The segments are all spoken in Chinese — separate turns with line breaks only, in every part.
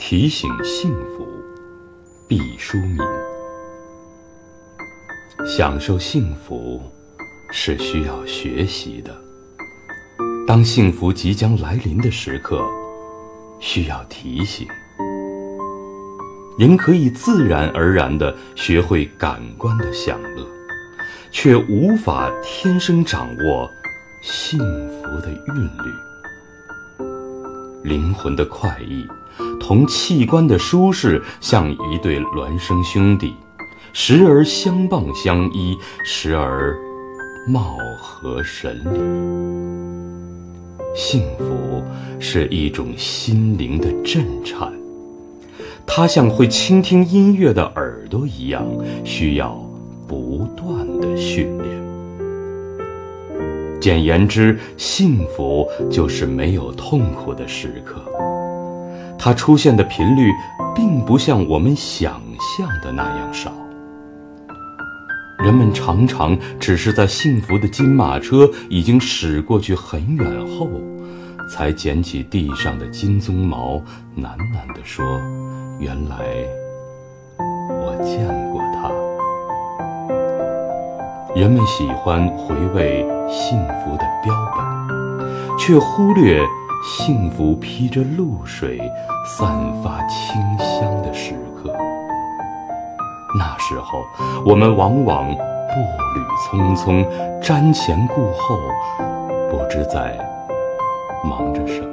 提醒幸福，毕淑敏。享受幸福是需要学习的，当幸福即将来临的时刻，需要提醒。人可以自然而然地学会感官的享乐，却无法天生掌握幸福的韵律。灵魂的快意同器官的舒适像一对孪生兄弟，时而相傍相依，时而貌合神离。幸福是一种心灵的震颤，它像会倾听音乐的耳朵一样，需要不断的训练。简言之，幸福就是没有痛苦的时刻。它出现的频率并不像我们想象的那样少。人们常常只是在幸福的金马车已经驶过去很远后，才捡起地上的金鬃毛，喃喃地说：原来我见过它。人们喜欢回味幸福的标本，却忽略幸福披着露水散发清香的时刻。那时候我们往往步履匆匆，瞻前顾后，不知在忙着什么。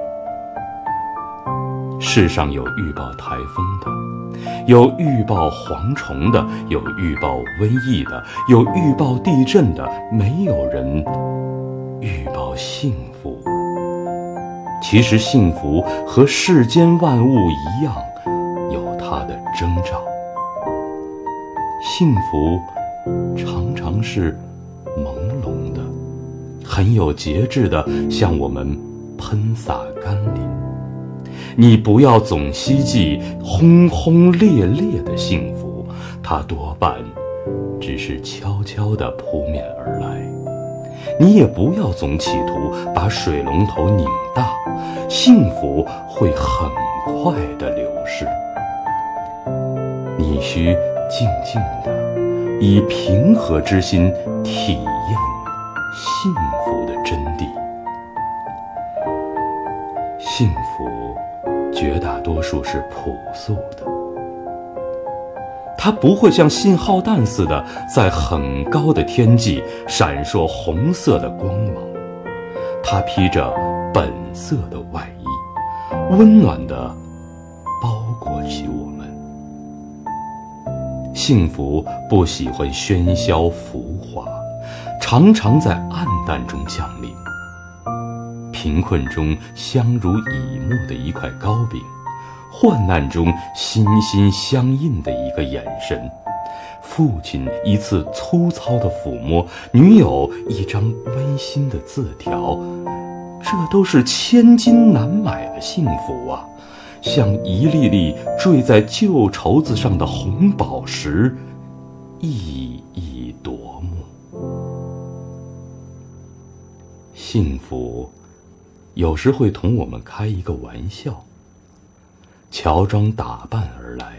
世上有预报台风的，有预报蝗虫的，有预报瘟疫的，有预报地震的，没有人预报幸福。其实幸福和世间万物一样，有它的征兆。幸福常常是朦胧的，很有节制地向我们喷洒甘霖。你不要总希冀轰轰烈烈的幸福，它多半只是悄悄地扑面而来。你也不要总企图把水龙头拧大，幸福会很快地流逝。你需静静地以平和之心体验幸福的真谛。幸福绝大多数是朴素的，它不会像信号弹似的在很高的天际闪烁红色的光芒，它披着本色的外衣，温暖地包裹起我们。幸福不喜欢喧嚣浮华，常常在暗淡中降临。贫困中相濡以沫的一块糕饼，患难中心心相印的一个眼神，父亲一次粗糙的抚摸，女友一张温馨的字条，这都是千金难买的幸福啊，像一粒粒坠在旧绸子上的红宝石，熠熠夺目。幸福有时会同我们开一个玩笑，乔装打扮而来。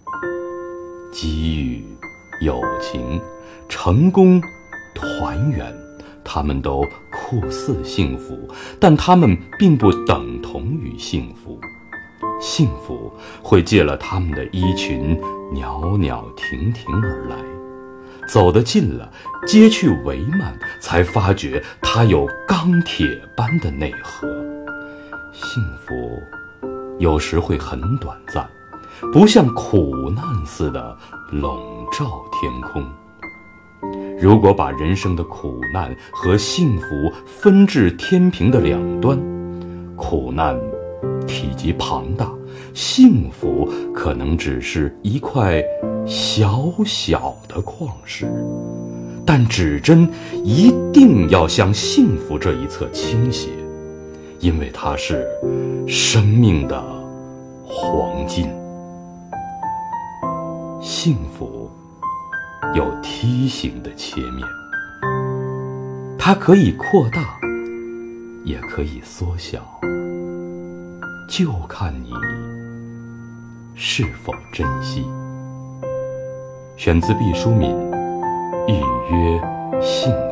机遇、友情、成功、团圆，他们都酷似幸福，但他们并不等同于幸福。幸福会借了他们的衣裙，袅袅婷婷而来。走得近了，揭去帷幔，才发觉它有钢铁般的内核。幸福有时会很短暂，不像苦难似的笼罩天空。如果把人生的苦难和幸福分至天平的两端，苦难体积庞大，幸福可能只是一块小小的矿石，但指针一定要向幸福这一侧倾斜，因为它是生命的黄金。幸福有梯形的切面，它可以扩大，也可以缩小，就看你是否珍惜？选自毕淑敏《预约幸福》。